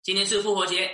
今天是复活节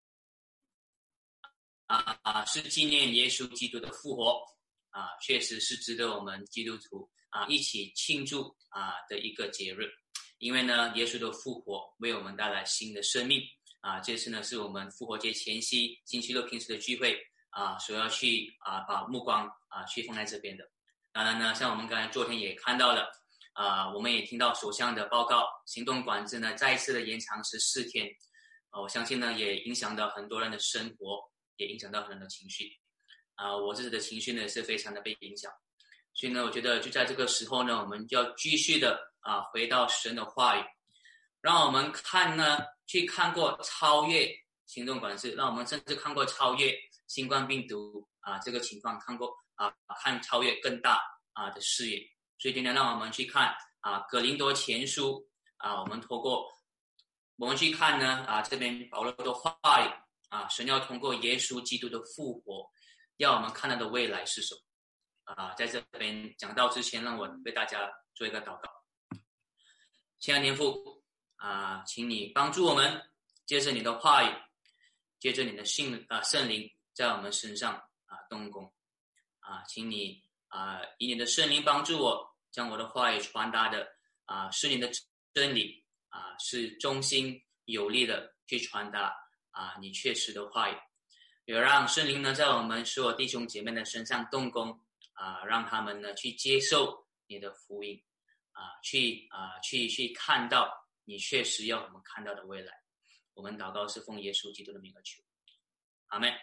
是纪念耶稣基督的复活确实是值得我们基督徒一起庆祝的一个节日。因为呢，耶稣的复活为我们带来新的生命这次呢是我们复活节前夕星期六平时的聚会所要去把目光去放在这边的。当然呢，像我们刚才昨天也看到了我们也听到首相的报告，行动管制呢再一次的延长14天我相信呢也影响到很多人的生活，也影响到很多人的情绪我自己的情绪呢是非常的被影响。所以呢，我觉得就在这个时候呢，我们就要继续的回到神的话语，让我们去看过超越行动管制，让我们甚至看过超越新冠病毒这个情况，看过看超越更大的视野。所以今天让我们去看哥林多前书我们去看呢这边保罗的话语神要通过耶稣基督的复活要我们看到的未来是什么在这边讲到之前，让我为大家做一个祷告。亲爱的天父请你帮助我们，借着你的话语，借着你的圣灵在我们身上动工请你以你的圣灵帮助我，将我的话语传达的是你的真理是忠心有力的去传达你确实的话语，也让圣灵呢在我们所有弟兄姐妹的身上动工让他们呢去接受你的福音去看到你确实要我们看到的未来。我们祷告是奉耶稣基督的名而求，阿们。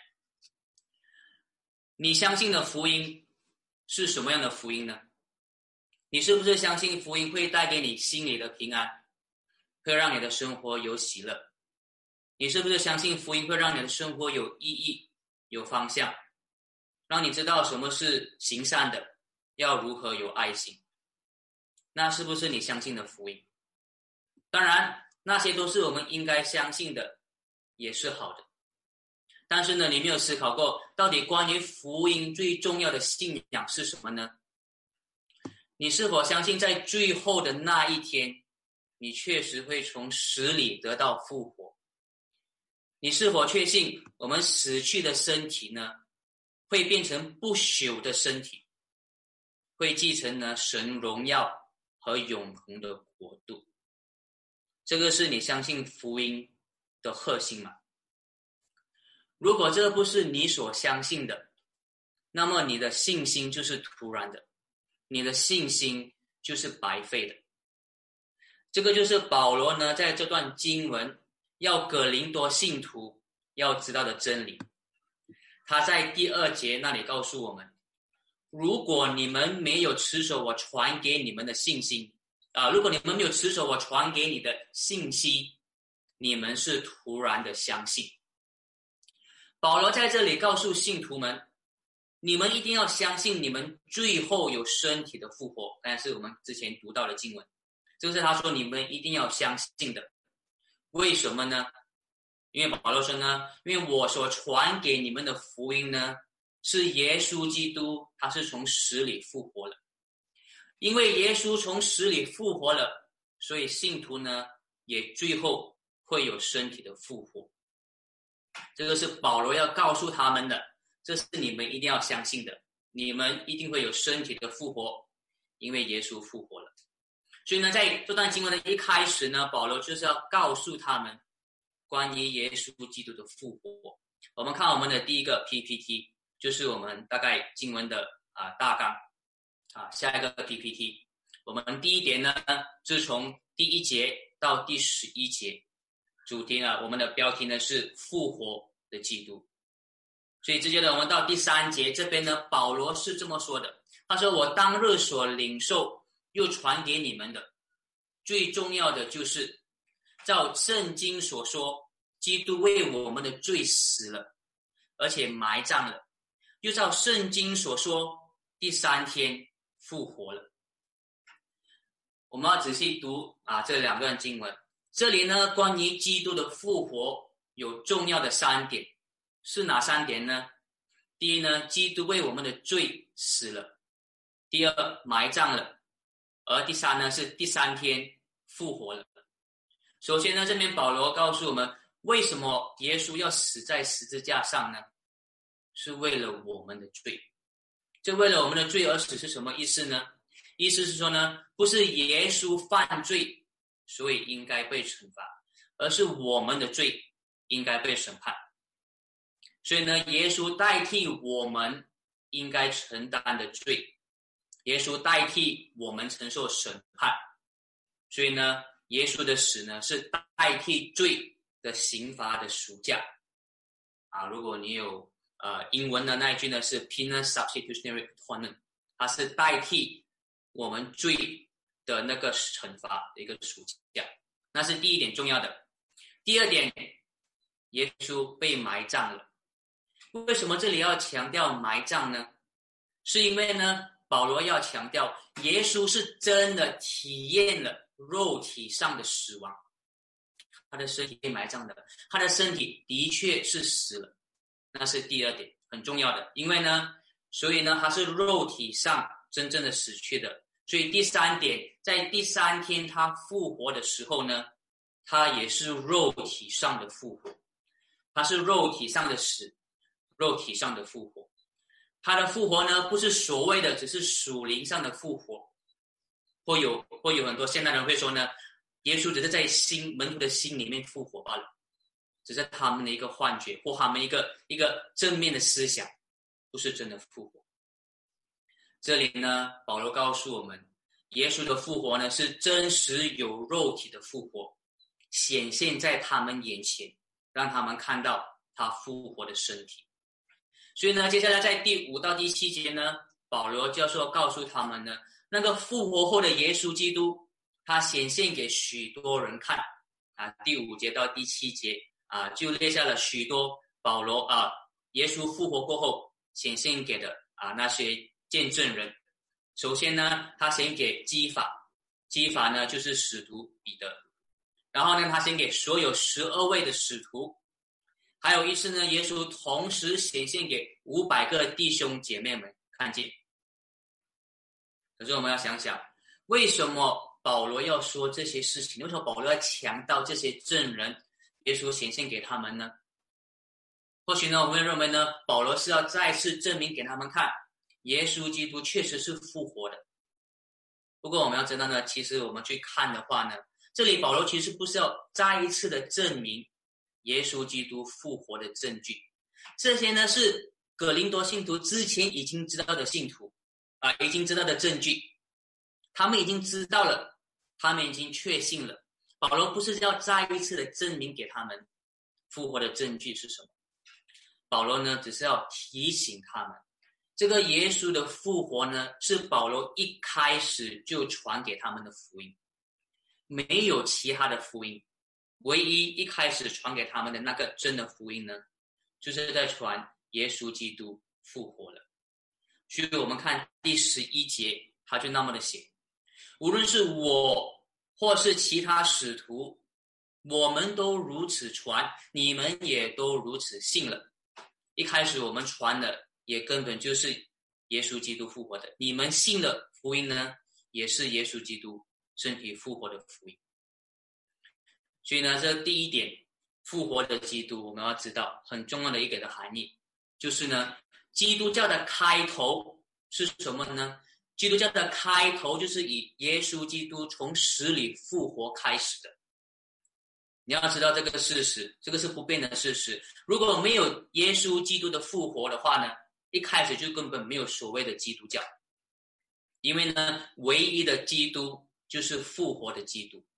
你相信的福音是什么样的福音呢？你是不是相信福音会带给你心里的平安，会让你的生活有喜乐？你是不是相信福音会让你的生活有意义，有方向，让你知道什么是行善的，要如何有爱心？那是不是你相信的福音？当然那些都是我们应该相信的，也是好的。但是呢，你没有思考过到底关于福音最重要的信仰是什么呢？你是否相信在最后的那一天，你确实会从死里得到复活？你是否确信我们死去的身体呢会变成不朽的身体，会继承呢神荣耀和永恒的国度？这个是你相信福音的核心吗？如果这不是你所相信的，那么你的信心就是徒然的，你的信心就是白费的。这个就是保罗呢在这段经文要哥林多信徒要知道的真理。他在第2节那里告诉我们，如果你们没有持守我传给你们的信心如果你们没有持守我传给你的信息，你们是徒然的相信。保罗在这里告诉信徒们，你们一定要相信你们最后有身体的复活，但是我们之前读到的经文，这个是他说你们一定要相信的。为什么呢？因为保罗说呢，因为我所传给你们的福音呢，是耶稣基督他是从死里复活了。因为耶稣从死里复活了，所以信徒呢也最后会有身体的复活。这个是保罗要告诉他们的，这是你们一定要相信的，你们一定会有身体的复活，因为耶稣复活了。所以呢，在这段经文的一开始呢，保罗就是要告诉他们关于耶稣基督的复活。我们看我们的第一个 PPT， 就是我们大概经文的大纲下一个 PPT， 我们第一点呢是从第1节到第11节，主题我们的标题呢是复活的基督。所以直接的我们到第3节这边呢，保罗是这么说的，他说我当日所领受又传给你们的，最重要的就是照圣经所说，基督为我们的罪死了，而且埋葬了，又照圣经所说第3天复活了。我们要仔细读这2段经文。这里呢关于基督的复活有重要的3点，是哪3点呢？第一呢，基督为我们的罪死了；第二，埋葬了；而第3呢是第3天复活了。首先呢，这边保罗告诉我们， 为什么耶稣要死在十字架上呢？是为了我们的罪。这为了我们的罪而死是什么意思呢？意思是说呢，不是耶稣犯罪，所以应该被惩罚，而是我们的罪应该被审判。所以呢，耶稣代替我们应该承担的罪，耶稣代替我们承受审判。所以呢，耶稣的死呢，是代替罪的刑罚的赎价。如果你有英文的那一句呢，是 penal substitutionary atonement， 它是代替我们罪的那个惩罚的一个赎价。那是第一点重要的。第二点，耶稣被埋葬了。为什么这里要强调埋葬呢？是因为呢，保罗要强调耶稣是真的体验了肉体上的死亡，他的身体被埋葬的，他的身体的确是死了。那是第二点很重要的，因为呢，所以呢，他是肉体上真正的死去的。所以第三点，在第三天他复活的时候呢，他也是肉体上的复活，他是肉体上的死，肉体上的复活。他的复活呢，不是所谓的只是属灵上的复活，会有很多现代人会说呢，耶稣只是在门徒的心里面复活罢了，只是他们的一个幻觉，或他们一个正面的思想，不是真的复活。这里呢，保罗告诉我们，耶稣的复活呢，是真实有肉体的复活，显现在他们眼前，让他们看到他复活的身体。所以呢，接下来在第5到第7节呢，保罗教授告诉他们呢，那个复活后的耶稣基督，他显现给许多人看。第5节到第7节就列下了许多保罗耶稣复活过后显现给的那些见证人。首先呢，他显给基法呢就是使徒彼得，然后呢，他显给所有12位的使徒。还有一次呢，耶稣同时显现给500个弟兄姐妹们看见。可是我们要想想，为什么保罗要说这些事情？为什么保罗要强调这些证人耶稣显现给他们呢？或许呢，我们会认为呢，保罗是要再次证明给他们看，耶稣基督确实是复活的。不过我们要知道呢，其实我们去看的话呢，这里保罗其实不是要再一次的证明耶稣基督复活的证据，这些呢是哥林多信徒之前已经知道的信徒已经知道的证据，他们已经知道了，他们已经确信了。保罗不是要再一次的证明给他们复活的证据是什么，保罗呢只是要提醒他们，这个耶稣的复活呢是保罗一开始就传给他们的福音，没有其他的福音，唯一开始传给他们的那个真的福音呢，就是在传耶稣基督复活了。所以我们看第11节，他就那么的写，无论是我或是其他使徒，我们都如此传，你们也都如此信了。一开始我们传的也根本就是耶稣基督复活的，你们信的福音呢，也是耶稣基督身体复活的福音。所以呢，这第一点，复活的基督，我们要知道很重要的一个的含义，就是呢，基督教的开头是什么呢？基督教的开头就是以耶稣基督从死里复活开始的。你要知道这个事实，这个是不变的事实。如果没有耶稣基督的复活的话呢，一开始就根本没有所谓的基督教，因为呢，唯一的基督就是复活的基督。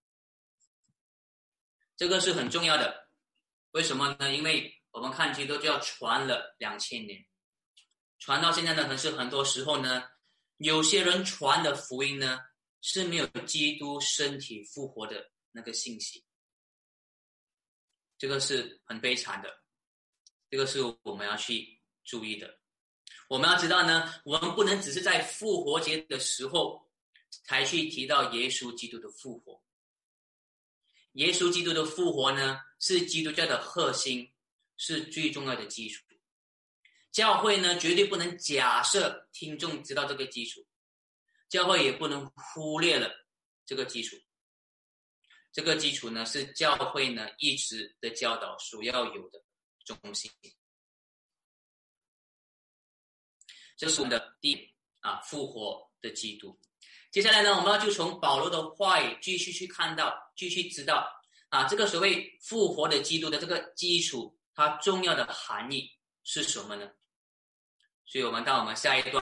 这个是很重要的。为什么呢？因为我们看基督教传了2000年，传到现在呢，可是很多时候呢，有些人传的福音呢是没有基督身体复活的那个信息，这个是很悲惨的，这个是我们要去注意的。我们要知道呢，我们不能只是在复活节的时候才去提到耶稣基督的复活。耶稣基督的复活呢，是基督教的核心，是最重要的基础。教会呢，绝对不能假设听众知道这个基础，教会也不能忽略了这个基础。 这个基础呢是教会呢一直的教导所要有的中心。这是我们的第一复活的基督。接下来呢，我们就从保罗的话语继续去看到，继续知道这个所谓复活的基督的这个基础，它重要的含义是什么呢？所以我们到我们下一个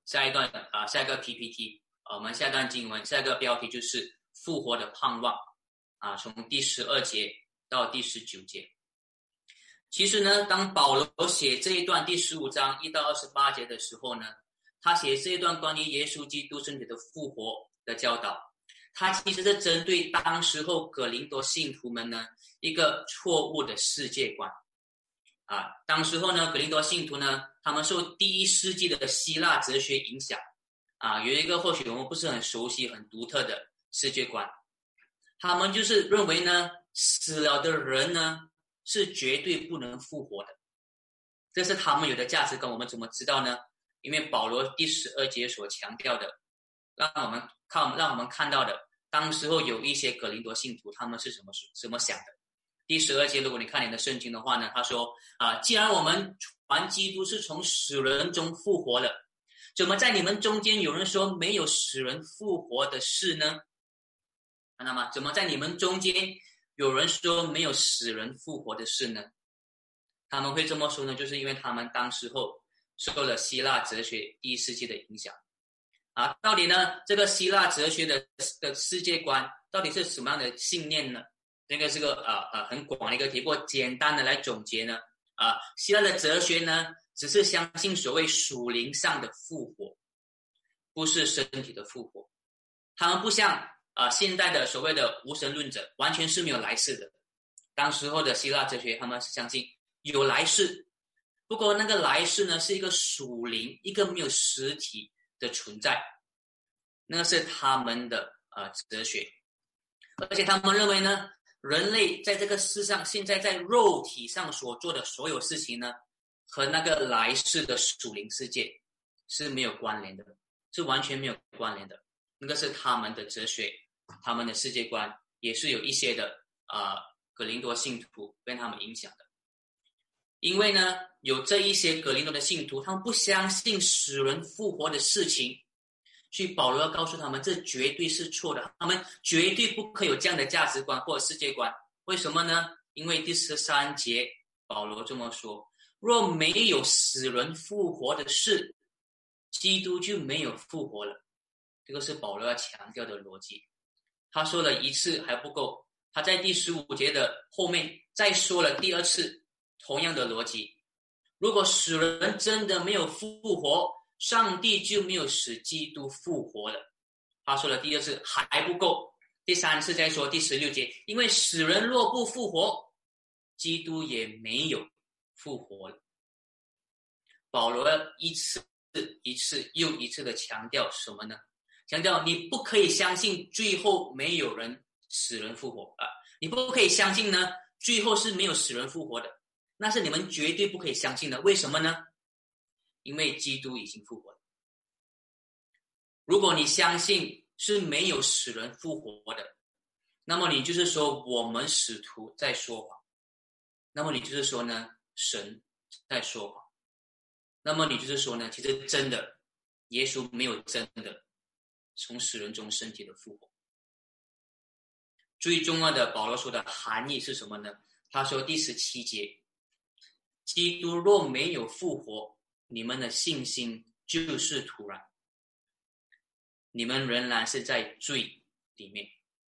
PPT， 我们下段经文，下一个标题就是复活的盼望从第12节到第19节。其实呢，当保罗写这一段第15章1到28节的时候呢，他写这一段关于耶稣基督身体的复活的教导，他其实是针对当时候哥林多信徒们呢一个错误的世界观当时候呢，哥林多信徒呢，他们受第一世纪的希腊哲学影响有一个或许我们不是很熟悉、很独特的世界观，他们就是认为呢，死了的人呢是绝对不能复活的，这是他们有的价值观。我们怎么知道呢？因为保罗第12节所强调的，让我们看到的，当时候有一些哥林多信徒他们是怎么想的。第12节，如果你看你的圣经的话呢，他说既然我们传基督是从死人中复活了，怎么在你们中间有人说没有死人复活的事呢？看到吗？怎么在你们中间有人说没有死人复活的事呢？他们会这么说呢，就是因为他们当时候受了希腊哲学第一世纪的影响到底呢，这个希腊哲学的世界观到底是什么样的信念呢？这个是个很广的一个题，不过简单的来总结呢希腊的哲学呢只是相信所谓属灵上的复活，不是身体的复活。他们不像现代的所谓的无神论者，完全是没有来世的。当时候的希腊哲学他们是相信有来世，不过那个来世呢是一个属灵，一个没有实体的存在，那是他们的哲学。而且他们认为呢，人类在这个世上现在在肉体上所做的所有事情呢，和那个来世的属灵世界是没有关联的，是完全没有关联的。那个是他们的哲学，他们的世界观，也是有一些的哥林多信徒被他们影响的。因为呢，有这一些哥林多的信徒，他们不相信死人复活的事情，所以保罗要告诉他们，这绝对是错的，他们绝对不可以有这样的价值观或者世界观。为什么呢？因为第13节保罗这么说，若没有死人复活的事，基督就没有复活了。这个是保罗要强调的逻辑。他说了一次还不够，他在第15节的后面再说了第2次同样的逻辑。如果死人真的没有复活，上帝就没有使基督复活了。他说了第2次还不够，第3次再说第16节，因为死人若不复活，基督也没有复活了。保罗一次又一次的强调什么呢？强调你不可以相信最后没有人死人复活你不可以相信呢最后是没有死人复活的，那是你们绝对不可以相信的。为什么呢？因为基督已经复活了。如果你相信是没有死人复活的，那么你就是说我们使徒在说谎，那么你就是说呢神在说谎，那么你就是说呢其实真的耶稣没有真的从死人中身体的复活。最重要的保罗说的含义是什么呢？他说第17节，基督若没有复活，你们的信心就是徒然，你们仍然是在罪里面。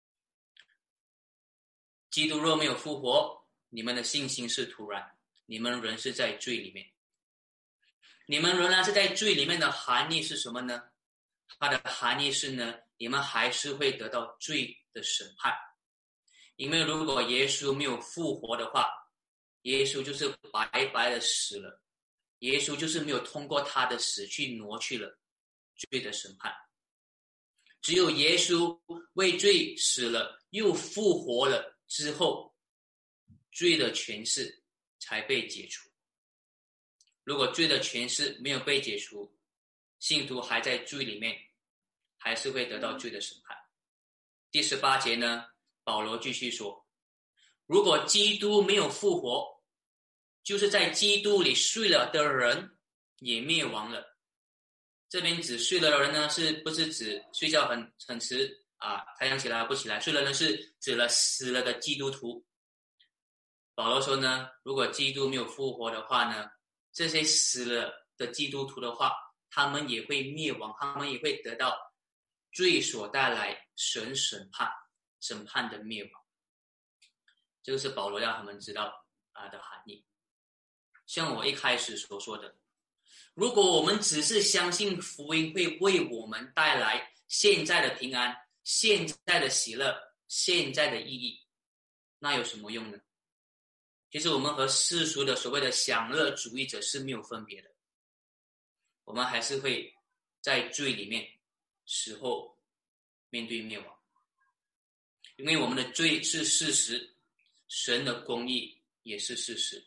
基督若没有复活，你们的信心是徒然，你们仍是在罪里面。你们仍然是在罪里面的含义是什么呢？它的含义是呢，你们还是会得到罪的审判。因为如果耶稣没有复活的话，耶稣就是白白的死了，耶稣就是没有通过他的死去挪去了罪的审判。只有耶稣为罪死了又复活了之后，罪的权势才被解除。如果罪的权势没有被解除，信徒还在罪里面，还是会得到罪的审判。第18节呢， 保罗继续说，如果基督没有复活，就是在基督里睡了的人也灭亡了。这边指睡了的人呢，是不是指睡觉很迟啊，太阳起来不起来？睡了呢是指了死了的基督徒。保罗说呢，如果基督没有复活的话呢，这些死了的基督徒的话，他们也会灭亡，他们也会得到罪所带来审判的灭亡。这个是保罗要他们知道的含义。像我一开始所说的，如果我们只是相信福音会为我们带来现在的平安、现在的喜乐、现在的意义，那有什么用呢？其实我们和世俗的所谓的享乐主义者是没有分别的，我们还是会在罪里面死后面对灭亡。因为我们的罪是事实，神的公义也是事实。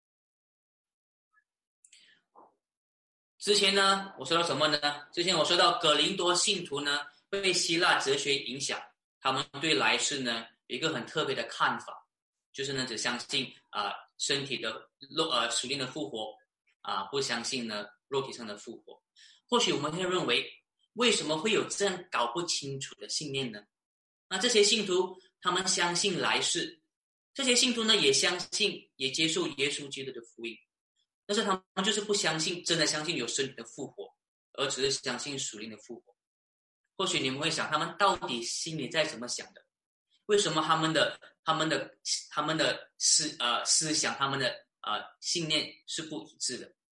之前呢，我说到什么呢？之前我说到格林多信徒呢，被希腊哲学影响，他们对来世呢有一个很特别的看法，就是呢只相信身体的属灵的复活不相信呢肉体上的复活。或许我们会认为，为什么会有这样搞不清楚的信念呢？那这些信徒他们相信来世，这些信徒呢也相信也接受耶稣基督的福音，但是他们就是不相信，真的相信有身体的复活，而只是相信属灵的复活。或许你们会想，他们到底心里在怎么想的？为什么他们的思想、他们的信念是不一致的？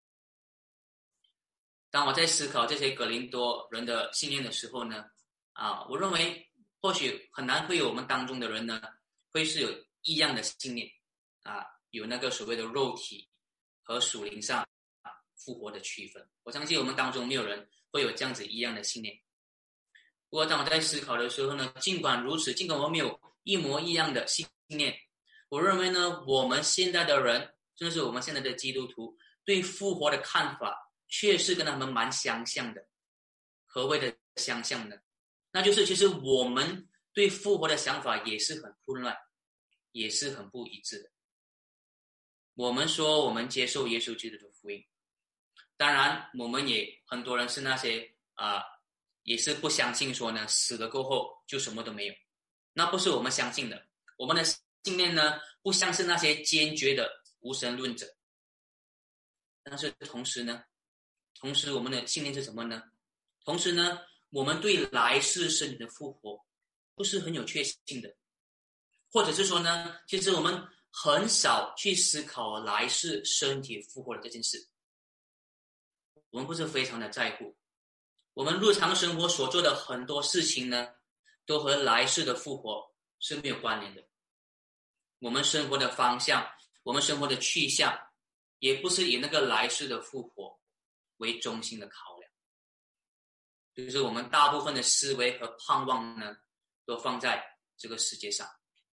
当我在思考这些格林多人的信念的时候呢，我认为或许很难会有我们当中的人呢，会是有异样的信念有那个所谓的肉体和属灵上复活的区分。我相信我们当中没有人会有这样子一样的信念。不过当我在思考的时候呢，尽管如此，尽管我们没有一模一样的信念，我认为呢，我们现在的人，甚至是我们现在的基督徒，对复活的看法确实跟他们蛮相像的。何谓的相像呢？那就是其实我们对复活的想法也是很混乱，也是很不一致的。我们说我们接受耶稣基督的福音，当然我们也很多人是那些也是不相信说呢，死了过后就什么都没有。那不是我们相信的，我们的信念呢，不像是那些坚决的无神论者。但是同时我们的信念是什么呢？同时呢，我们对来世身体的复活不是很有确信的，或者是说呢，其实我们很少去思考来世身体复活的这件事，我们不是非常的在乎。我们日常生活所做的很多事情呢，都和来世的复活是没有关联的。我们生活的方向，我们生活的去向，也不是以那个来世的复活为中心的考量。就是我们大部分的思维和盼望呢，都放在这个世界上。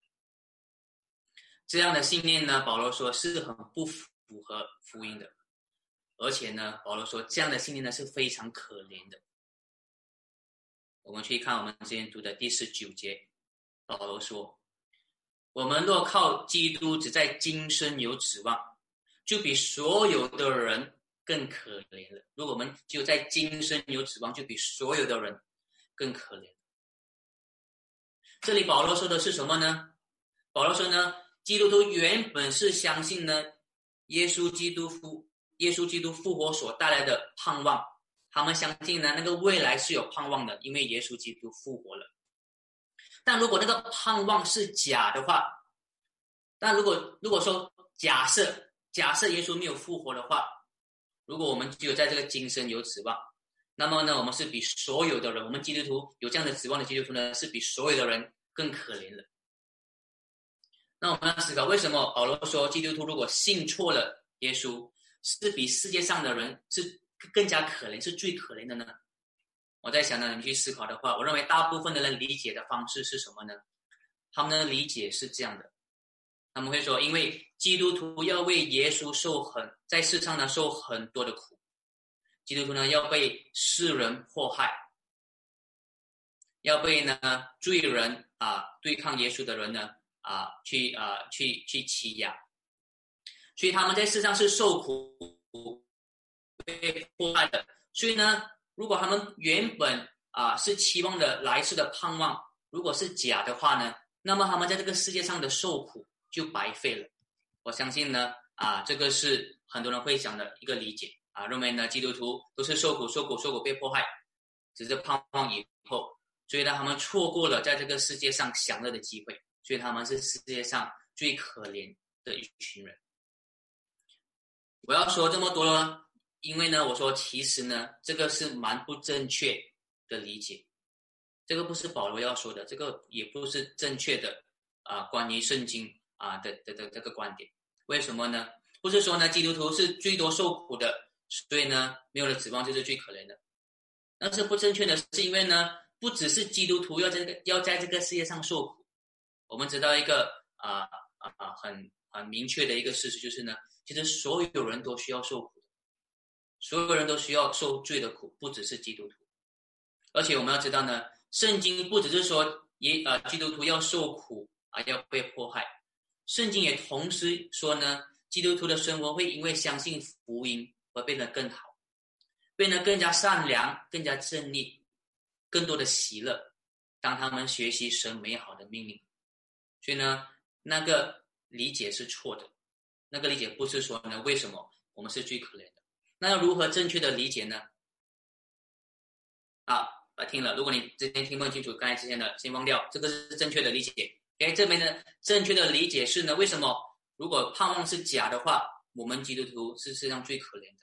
这样的信念呢，保罗说是很不符合福音的。而且呢，保罗说这样的信念呢是非常可怜的。我们去看我们之前读的第19节，保罗说，我们若靠基督只在今生有指望，就比所有的人更可怜了。如果我们只有在今生有指望，就比所有的人更可怜。这里保罗说的是什么呢？保罗说呢，基督徒原本是相信呢耶稣基督复活所带来的盼望，他们相信呢那个未来是有盼望的，因为耶稣基督复活了。但如果那个盼望是假的话，但如果说假设耶稣没有复活的话，如果我们只有在这个今生有指望，那么呢我们是比所有的人，我们基督徒有这样的指望的基督徒呢，是比所有的人更可怜了。那我们要思考，为什么保罗说基督徒如果信错了耶稣，是比世界上的人是更加可怜，是最可怜的呢？我在想呢，你去思考的话，我认为大部分的人理解的方式是什么呢？他们的理解是这样的，他们会说，因为基督徒要为耶稣在世上呢受很多的苦，基督徒呢要被世人迫害， 要被呢罪人对抗耶稣的人呢去欺压，所以他们在世上是受苦被迫害的。所以呢，如果他们原本是期望的来世的盼望，如果是假的话呢，那么他们在这个世界上的受苦就白费了。我相信呢这个是很多人会想的一个理解认为呢基督徒都是受苦被迫害，只是盼望以后，所以呢他们错过了在这个世界上享乐的机会，所以他们是世界上最可怜的一群人。我要说这么多呢，因为呢我说其实呢这个是蛮不正确的理解，这个不是保罗要说的，这个也不是正确的关于圣经的这个观点。为什么呢？不是说呢基督徒是最多受苦的，所以呢没有了指望就是最可怜的。那是不正确的，是因为呢不只是基督徒要在这个世界上受苦。我们知道一个很明确的一个事实，就是呢其实所有人都需要受苦，所有人都需要受罪的苦，不只是基督徒。而且我们要知道呢，圣经不只是说基督徒要受苦要被迫害，圣经也同时说呢，基督徒的生活会因为相信福音而变得更好，变得更加善良，更加正义，更多的喜乐，当他们学习神美好的命令。所以呢那个理解是错的，那个理解不是说呢为什么我们是最可怜的。那要如何正确的理解呢？听了，如果你之前听不清楚刚才之前的先忘掉，这个是正确的理解。这边的正确的理解是呢，为什么如果盼望是假的话，我们基督徒是世界上最可怜的？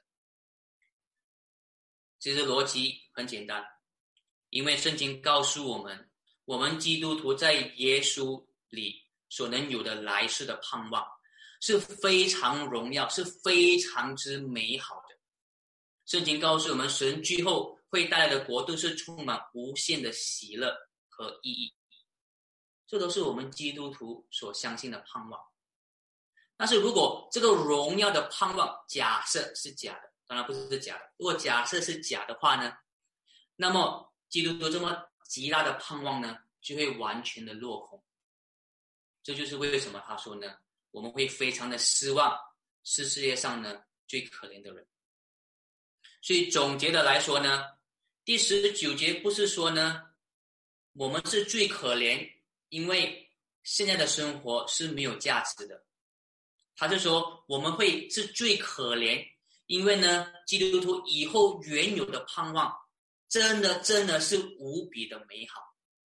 其实逻辑很简单，因为圣经告诉我们，我们基督徒在耶稣里所能有的来世的盼望是非常荣耀，是非常之美好的。圣经告诉我们，神最后会带来的国度是充满无限的喜乐和意义，这都是我们基督徒所相信的盼望。但是如果这个荣耀的盼望假设是假的，当然不是假的，如果假设是假的话呢，那么基督徒这么极大的盼望呢就会完全的落空。这就是为什么他说呢，我们会非常的失望，是世界上呢最可怜的人。所以总结的来说呢，第19节不是说呢我们是最可怜，因为现在的生活是没有价值的，他就说我们会是最可怜，因为呢基督徒以后原有的盼望真的是无比的美好。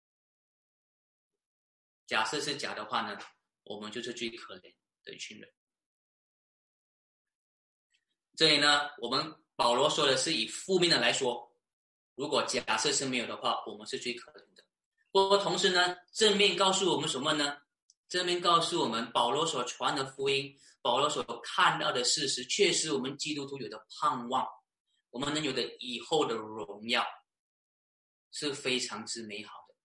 假设是假的话呢，我们就是最可怜的一群人。这里呢我们保罗说的是以负面的来说，如果假设是没有的话，我们是最可怜的。不过同时呢，正面告诉我们什么呢？正面告诉我们保罗所传的福音，保罗所看到的事实，确实我们基督徒有的盼望，我们能有的以后的荣耀是非常之美好的。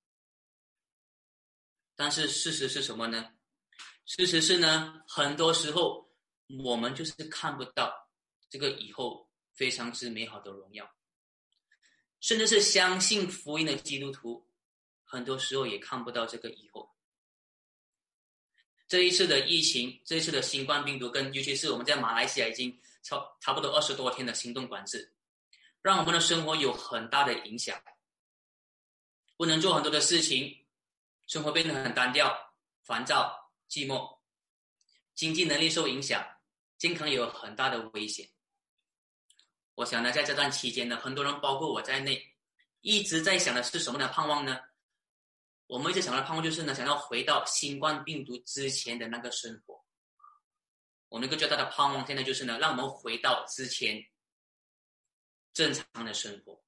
但是事实是什么呢？事实是呢，很多时候我们就是看不到这个以后非常之美好的荣耀，甚至是相信福音的基督徒很多时候也看不到这个以后。这一次的疫情，这一次的新冠病毒尤其是我们在马来西亚已经差不多20多天的行动管制，让我们的生活有很大的影响，不能做很多的事情，生活变得很单调、烦躁、寂寞，经济能力受影响，健康也有很大的危险。我想呢，在这段期间呢，很多人包括我在内，一直在想的是什么的盼望呢？我们一直想的盼望就是呢，想要回到新冠病毒之前的那个生活。我们一个最大的盼望现在就是呢，让我们回到之前正常的生活。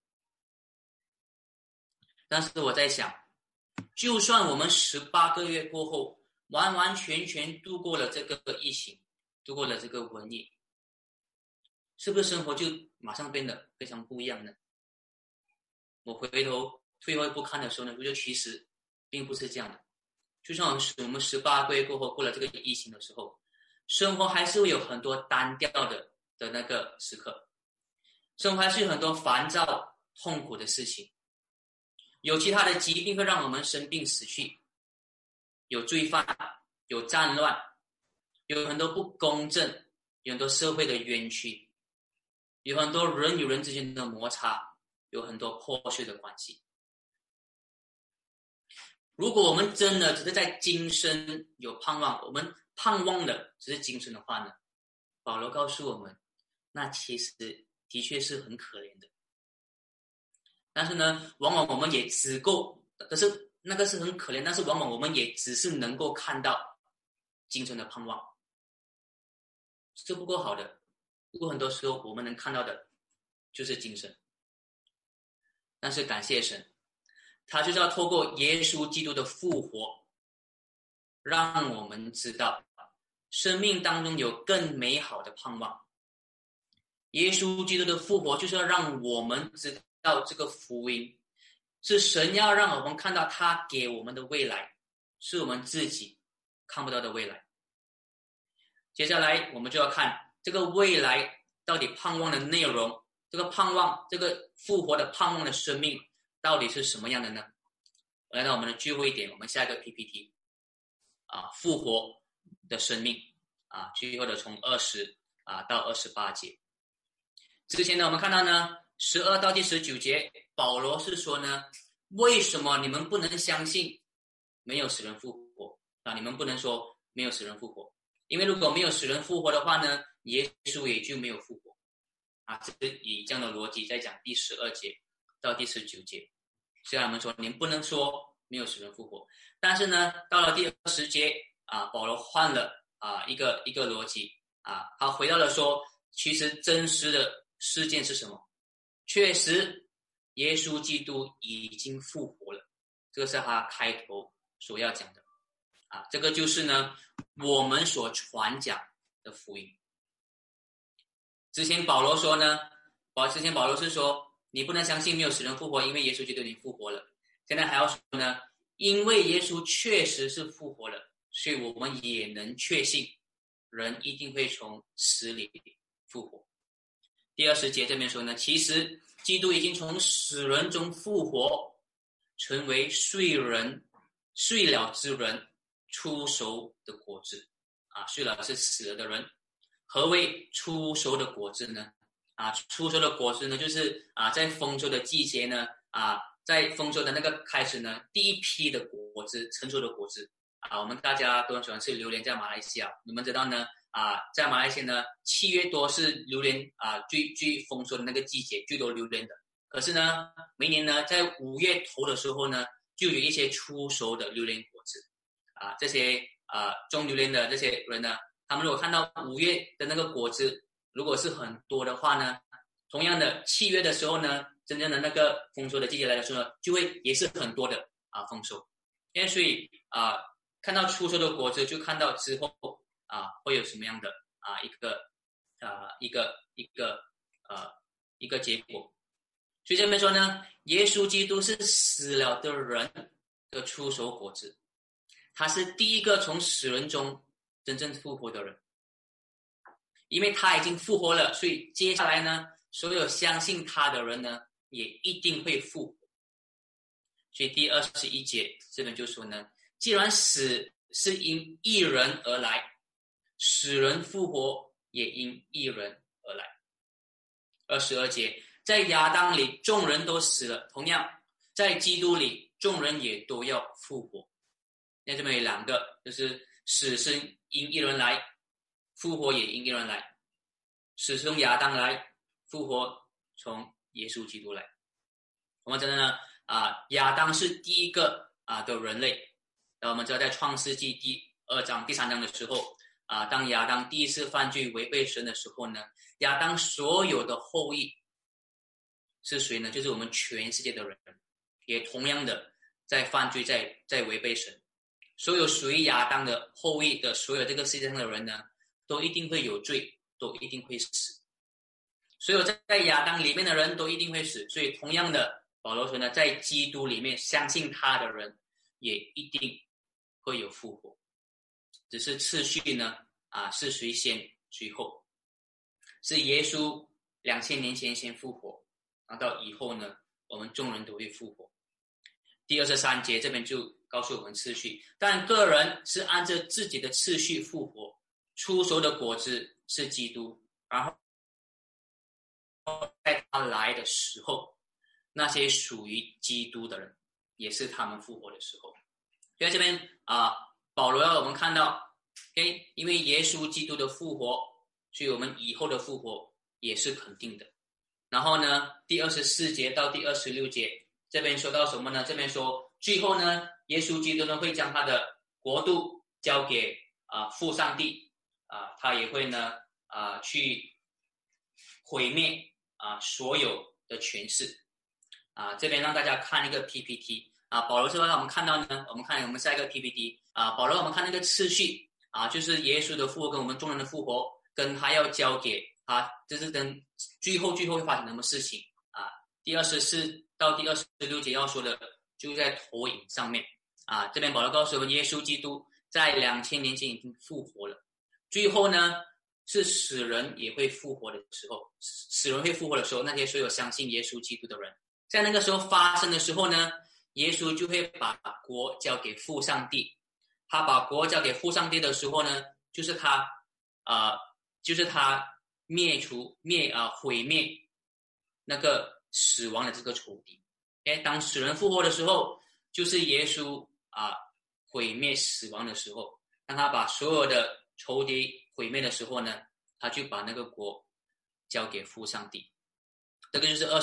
但是我在想，就算我们18个月过后，完完全全度过了这个疫情，度过了这个瘟疫，是不是生活就马上变得非常不一样呢？我回头退后一步看的时候呢，我觉得其实并不是这样的。就像我们18个月过后，过了这个疫情的时候，生活还是会有很多单调的那个时刻，生活还是有很多烦躁痛苦的事情， 有其他的疾病会让我们生病死去，有罪犯，有战乱，有很多不公正，有很多社会的冤屈，有很多人与人之间的摩擦，有很多破碎的关系。如果我们真的只是在今生有盼望，我们盼望的只是今生的话呢，保罗告诉我们，那其实的确是很可怜的。但是呢，往往我们也只够，可是那个是很可怜，但是往往我们也只是能够看到今生的盼望，这不够好的。不过很多时候我们能看到的就是今生。但是感谢神，他就是要透过耶稣基督的复活，让我们知道生命当中有更美好的盼望。耶稣基督的复活就是要让我们知道这个福音是神要让我们看到他给我们的未来，是我们自己看不到的未来。接下来我们就要看这个未来到底盼望的内容，这个盼望，这个复活的盼望的生命到底是什么样的呢？来到我们的最后一点，我们下一个 PPT 复活的生命最后的从20到28节。之前呢，我们看到呢12到第19节，保罗是说呢，为什么你们不能相信没有死人复活你们不能说没有死人复活，因为如果没有死人复活的话呢，耶稣也就没有复活这是以这样的逻辑在讲第12节到第19节。虽然我们说你们不能说没有死人复活，但是呢，到了第20节保罗换了一个逻辑他回到了说，其实真实的事件是什么？确实耶稣基督已经复活了，这个是他开头所要讲的这个就是呢我们所传讲的福音。之前保罗说呢，之前保罗是说你不能相信没有死人复活，因为耶稣基督已经复活了。现在还要说呢，因为耶稣确实是复活了，所以我们也能确信人一定会从死里复活。第20节这边说呢，其实基督已经从死人中复活，成为睡了之人出熟的果子睡了是死了的人。何谓出熟的果子呢？出熟的果子呢，就是在丰收的季节呢在丰收的那个开始呢，第一批的果子，成熟的果子我们大家都很喜欢吃榴莲，在马来西亚你们知道呢在马来西亚呢7月多是榴莲最丰收的那个季节，最多榴莲的。可是呢每年呢在5月头的时候呢，就有一些出熟的榴莲果子这些种榴莲的这些人呢，他们如果看到5月的那个果子如果是很多的话呢，同样的7月的时候呢，真正的那个丰收的季节来的时候呢，就会也是很多的丰收。因为所以看到出熟的果子，就看到之后会有什么样的一个结果。所以这边说呢，耶稣基督是死了的人的出熟果子，他是第一个从死人中真正复活的人。因为他已经复活了，所以接下来呢，所有相信他的人呢，也一定会复活。所以第21节这边就说呢，既然死是因一人而来，死人复活也因一人而来。22节，在亚当里众人都死了，同样在基督里众人也都要复活。那这边有2个，就是死是因一人来，复活也因一人来。死从亚当来，复活从耶稣基督来。我们知道呢亚当是第一个的人类。我们知道在创世纪第2章第3章的时候当亚当第一次犯罪违背神的时候呢，亚当所有的后裔是谁呢？就是我们全世界的人，也同样的在犯罪，在违背神。所有属于亚当的后裔的所有这个世界上的人呢，都一定会有罪，都一定会死。所有在亚当里面的人都一定会死。所以同样的，保罗说呢，在基督里面相信他的人也一定会有复活，只是次序呢是谁先谁后。是耶稣2000年前先复活，到以后呢我们众人都会复活。 第23节这边就告诉我们次序，但个人是按照自己的次序复活，出熟的果子是基督，然后在他来的时候，那些属于基督的人也是他们复活的时候。所以这边保罗要我们看到 OK， 因为耶稣基督的复活，所以我们以后的复活也是肯定的。然后呢，第24节到第26节这边说到什么呢？这边说最后呢，耶稣基督呢会将他的国度交给父上帝他也会呢去毁灭所有的权势这边让大家看一个 PPT 保罗这边让我们看到呢，我们下一个 PPT 保罗我们看那个次序就是耶稣的复活跟我们众人的复活，跟他要交给就是跟最后会发生什么事情第24到第26节要说的就在投影上面这边保罗告诉我们，耶稣基督在2000年前已经复活了。最后呢，是死人也会复活的时候，死人会复活的时候，那些所有相信耶稣基督的人，在那个时候发生的时候呢，耶稣就会把国交给父上帝。他把国交给父上帝的时候呢，就是他毁灭那个死亡的这个仇敌。当死人复活的时候，就是耶稣毁灭死亡的时候。当他把所有的仇敌毁灭的时候呢，他就把那个国交给父上帝。这个就是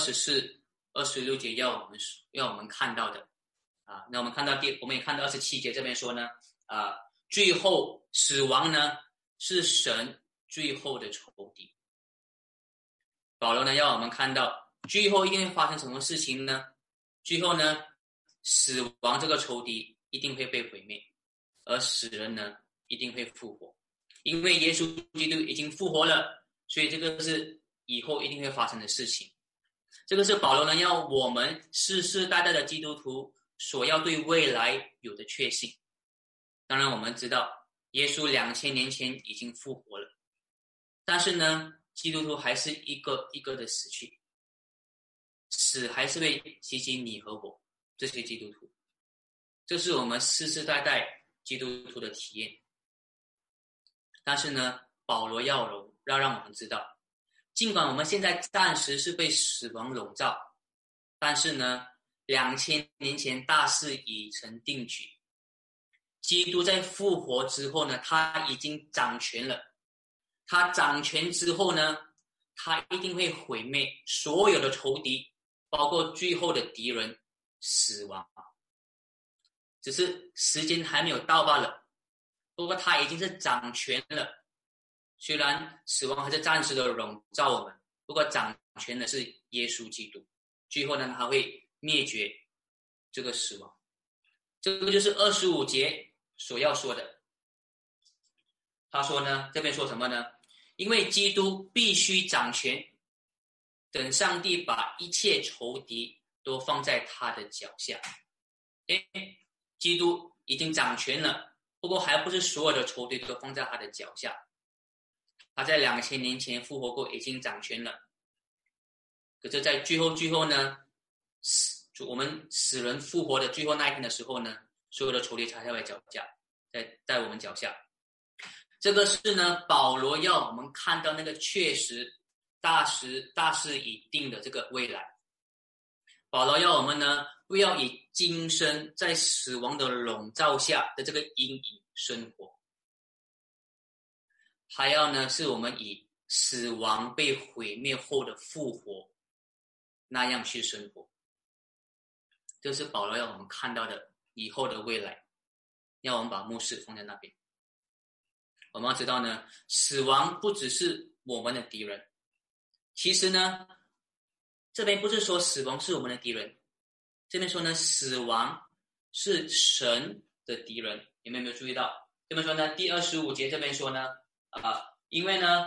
24、26节要我们看到的那我们也看到27节这边说呢最后死亡呢是神最后的仇敌。保罗呢要我们看到最后一定会发生什么事情呢？最后呢，死亡这个仇敌一定会被毁灭，而死人呢一定会复活。因为耶稣基督已经复活了，所以这个是以后一定会发生的事情。这个是保罗呢要我们世世代代的基督徒所要对未来有的确信。当然我们知道耶稣2000年前已经复活了，但是呢基督徒还是一个一个的死去，死还是会袭击你和我这些基督徒。这是我们世世代代基督徒的体验。但是呢保罗要让我们知道，尽管我们现在暂时是被死亡笼罩，但是呢2000年前大势已成定局。基督在复活之后呢，他已经掌权了。他掌权之后呢，他一定会毁灭所有的仇敌，包括最后的敌人死亡。只是时间还没有到罢了。不过他已经是掌权了，虽然死亡还是暂时的笼罩我们，不过掌权的是耶稣基督。最后呢，他会灭绝这个死亡。这个就是25节所要说的。他说呢，这边说什么呢？因为基督必须掌权，等上帝把一切仇敌都放在他的脚下。基督已经掌权了，不过还不是所有的仇敌都放在他的脚下。他在2000年前复活过，已经掌权了。可是在最后呢，我们死人复活的最后那一天的时候呢，所有的仇敌才在脚下，在我们脚下。这个是呢保罗要我们看到那个确实大势已定的这个未来。保罗要我们呢不要以今生在死亡的笼罩下的这个阴影生活，还要呢是我们以死亡被毁灭后的复活那样去生活。这是保罗要我们看到的以后的未来，要我们把目视放在那边。我们要知道呢，死亡不只是我们的敌人。其实呢，这边不是说死亡是我们的敌人，这边说呢，死亡是神的敌人。你们有没有注意到？这边说呢，第25节这边说呢，因为呢，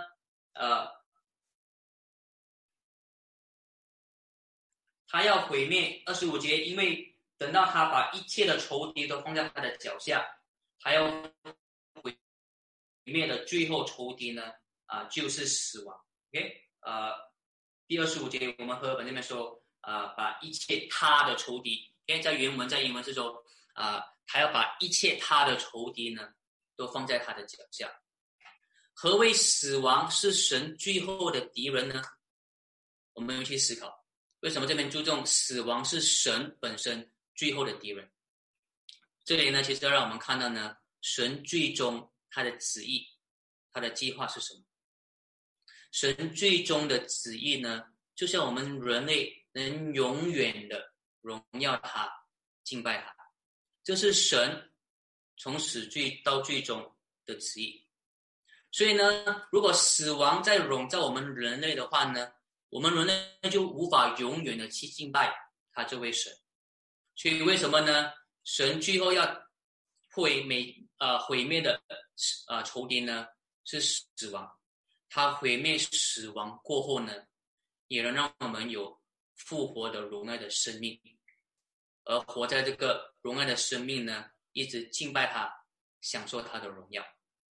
他要毁灭25节，因为等到他把一切的仇敌都放在他的脚下，他要毁灭的最后仇敌呢就是死亡。OK，第25节我们和本这边说把一切他的仇敌因为在英文是说他要把一切他的仇敌呢都放在他的脚下。何谓死亡是神最后的敌人呢？我们去思考，为什么这边注重死亡是神本身最后的敌人？这里呢，其实要让我们看到呢，神最终他的旨意，他的计划是什么？神最终的旨意呢，就是要我们人类能永远的荣耀他，敬拜他，这是神从始到最终的旨意。所以呢，如果死亡在笼罩我们人类的话呢，我们人类就无法永远的去敬拜他这位神。所以为什么呢？神最后要毁灭的仇敌呢，是死亡。他毁灭死亡过后呢，也能让我们有复活的荣耀的生命，而活在这个荣耀的生命呢，一直敬拜他，享受他的荣耀。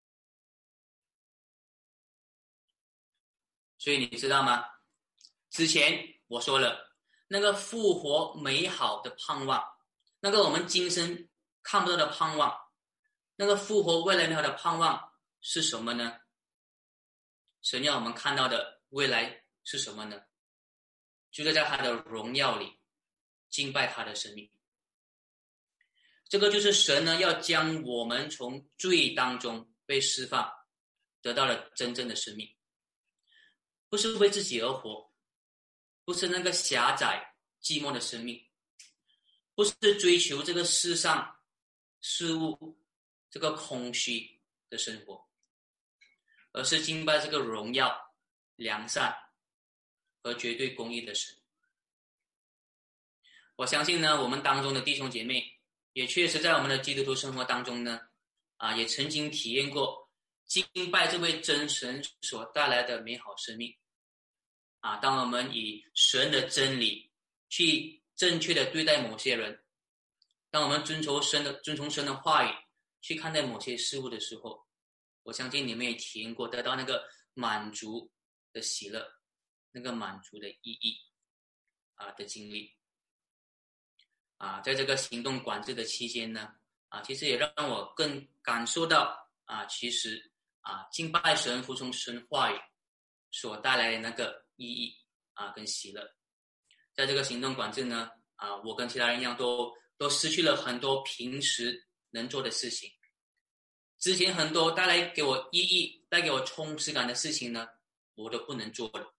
所以你知道吗？之前我说了，那个复活美好的盼望，那个我们今生看不到的盼望，那个复活未来美好的盼望是什么呢？神要我们看到的未来是什么呢？就是在他的荣耀里敬拜他的生命。这个就是神呢要将我们从罪当中被释放，得到了真正的生命。不是为自己而活，不是那个狭窄寂寞的生命，不是追求这个世上事物这个空虚的生活，而是敬拜这个荣耀、良善和绝对公义的神。我相信呢，我们当中的弟兄姐妹也确实在我们的基督徒生活当中呢，也曾经体验过敬拜这位真神所带来的美好生命。当我们以神的真理去正确的对待某些人，当我们遵从神的话语去看待某些事物的时候，我相信你们也体验过得到那个满足的喜乐，那个满足的意义的经历。在这个行动管制的期间呢，其实也让我更感受到其实敬拜神、服从神话语所带来的那个意义跟喜乐。在这个行动管制呢，我跟其他人一样都失去了很多平时能做的事情。之前很多带来给我意义、带给我充实感的事情呢，我都不能做了。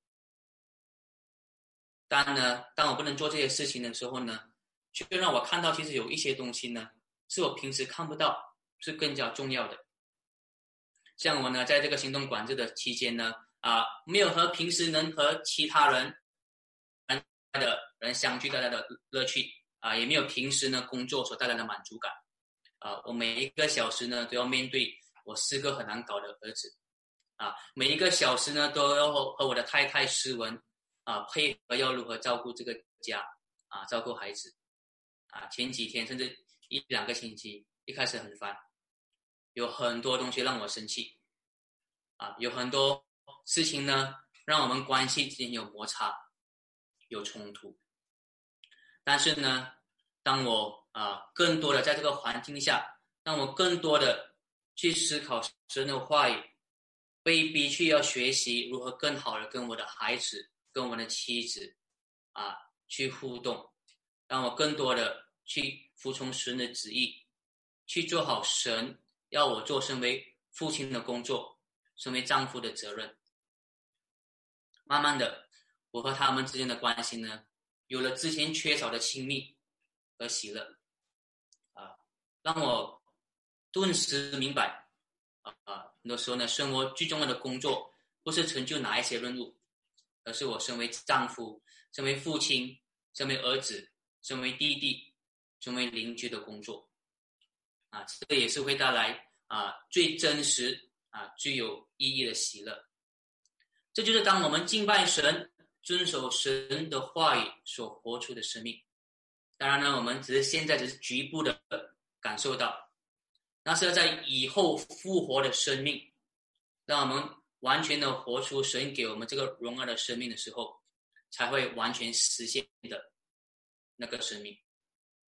当我不能做这些事情的时候呢，却让我看到其实有一些东西呢，是我平时看不到，是更加重要的。像我呢，在这个行动管制的期间呢，没有和平时能和其他人相聚带来的乐趣，也没有平时呢工作所带来的满足感。我每一个小时呢都要面对我4个很难搞的儿子，每一个小时呢都要和我的太太斯文配合要如何照顾这个家，照顾孩子。前几天甚至1-2个星期，一开始很烦，有很多东西让我生气，有很多事情呢让我们关系之间有摩擦，有冲突。但是呢，当我更多的在这个环境下，当我更多的去思考神的话语，被逼去要学习如何更好的跟我的孩子、跟我的妻子去互动，让我更多的去服从神的旨意，去做好神要我做身为父亲的工作，身为丈夫的责任。慢慢的，我和他们之间的关系呢，有了之前缺少的亲密和喜乐，让我顿时明白，很多时候呢，生活最重要的工作不是成就哪一些任务，而是我身为丈夫、身为父亲、身为儿子、身为弟弟、身为邻居的工作。这也是会带来最真实最有意义的喜乐。这就是当我们敬拜神、遵守神的话语所活出的生命。当然呢，我们现在只是局部的感受到，那是要在以后复活的生命，让我们完全的活出神给我们这个荣耀的生命的时候，才会完全实现的那个生命。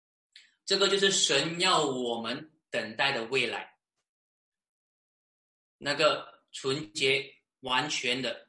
这个就是神要我们等待的未来，那个纯洁完全的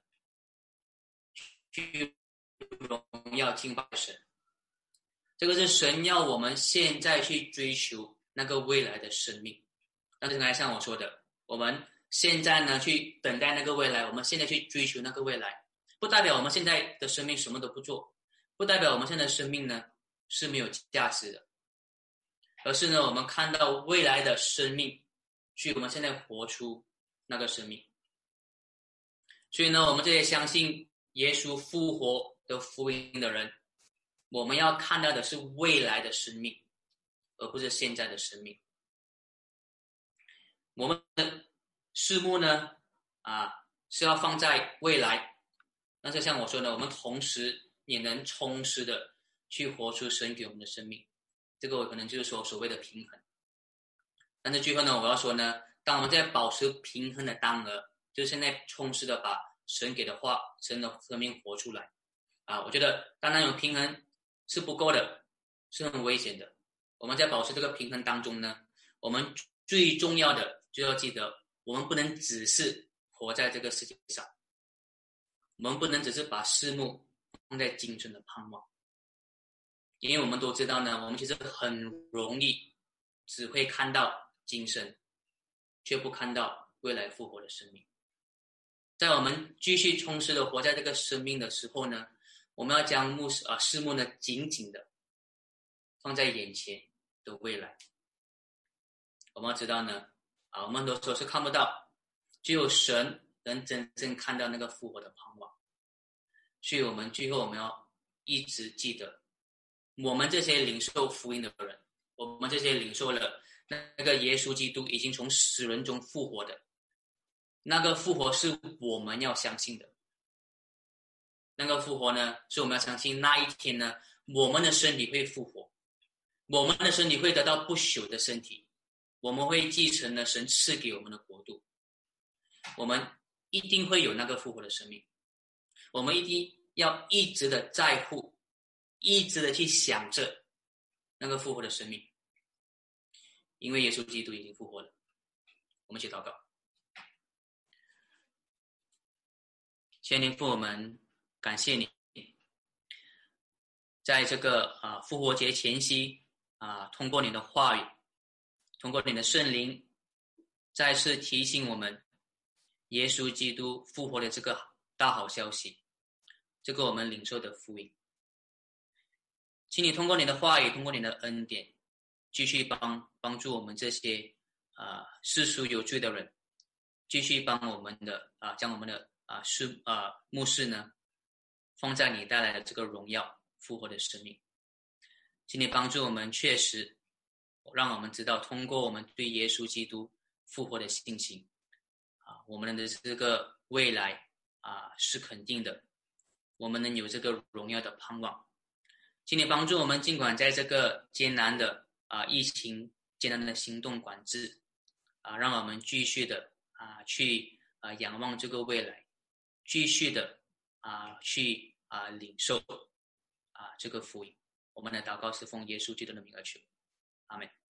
去荣耀敬拜神。这个是神要我们现在去追求那个未来的生命。但是刚才像我说的，我们现在呢去等待那个未来，我们现在去追求那个未来，不代表我们现在的生命什么都不做，不代表我们现在的生命呢是没有价值的，而是呢我们看到未来的生命，所以我们现在活出那个生命。所以呢，我们这些相信耶稣复活的福音的人，我们要看到的是未来的生命，而不是现在的生命。我们的视目呢是要放在未来，但是像我说的，我们同时也能充实的去活出神给我们的生命，这个我可能就是说所谓的平衡。但是最后呢，我要说呢，当我们在保持平衡的当儿，就是现在充实的把神给的话，神的生命活出来我觉得单单有平衡是不够的，是很危险的。我们在保持这个平衡当中呢，我们最重要的就要记得，我们不能只是活在这个世界上，我们不能只是把视目放在今生的盼望，因为我们都知道呢，我们其实很容易只会看到今生，却不看到未来复活的生命。在我们继续充实的活在这个生命的时候呢，我们要将视目呢紧紧的放在眼前的未来。我们要知道呢我们很多时候是看不到，只有神能真正看到那个复活的盼望。所以我们最后我们要一直记得，我们这些领受福音的人，我们这些领受了那个耶稣基督已经从死人中复活的，那个复活是我们要相信的。那个复活呢，是我们要相信那一天呢，我们的身体会复活，我们的身体会得到不朽的身体，我们会继承了神赐给我们的国度，我们一定会有那个复活的生命。我们一定要一直的在乎，一直的去想着那个复活的生命，因为耶稣基督已经复活了。我们一起祷告。亲爱的父，我们感谢你，在这个复活节前夕通过你的话语，通过你的圣灵，再次提醒我们耶稣基督复活的这个大好消息，这个我们领受的福音。请你通过你的话语，通过你的恩典，继续帮助我们这些世俗有罪的人，继续帮我们的将我们的牧师呢放在你带来的这个荣耀复活的生命。请你帮助我们，确实让我们知道，通过我们对耶稣基督复活的信心我们的这个未来是肯定的，我们能有这个荣耀的盼望。请你帮助我们，尽管在这个艰难的疫情艰难的行动管制让我们继续的去仰望这个未来，继续的去领受这个福音。我们的祷告是奉耶稣基督的名而求，阿们。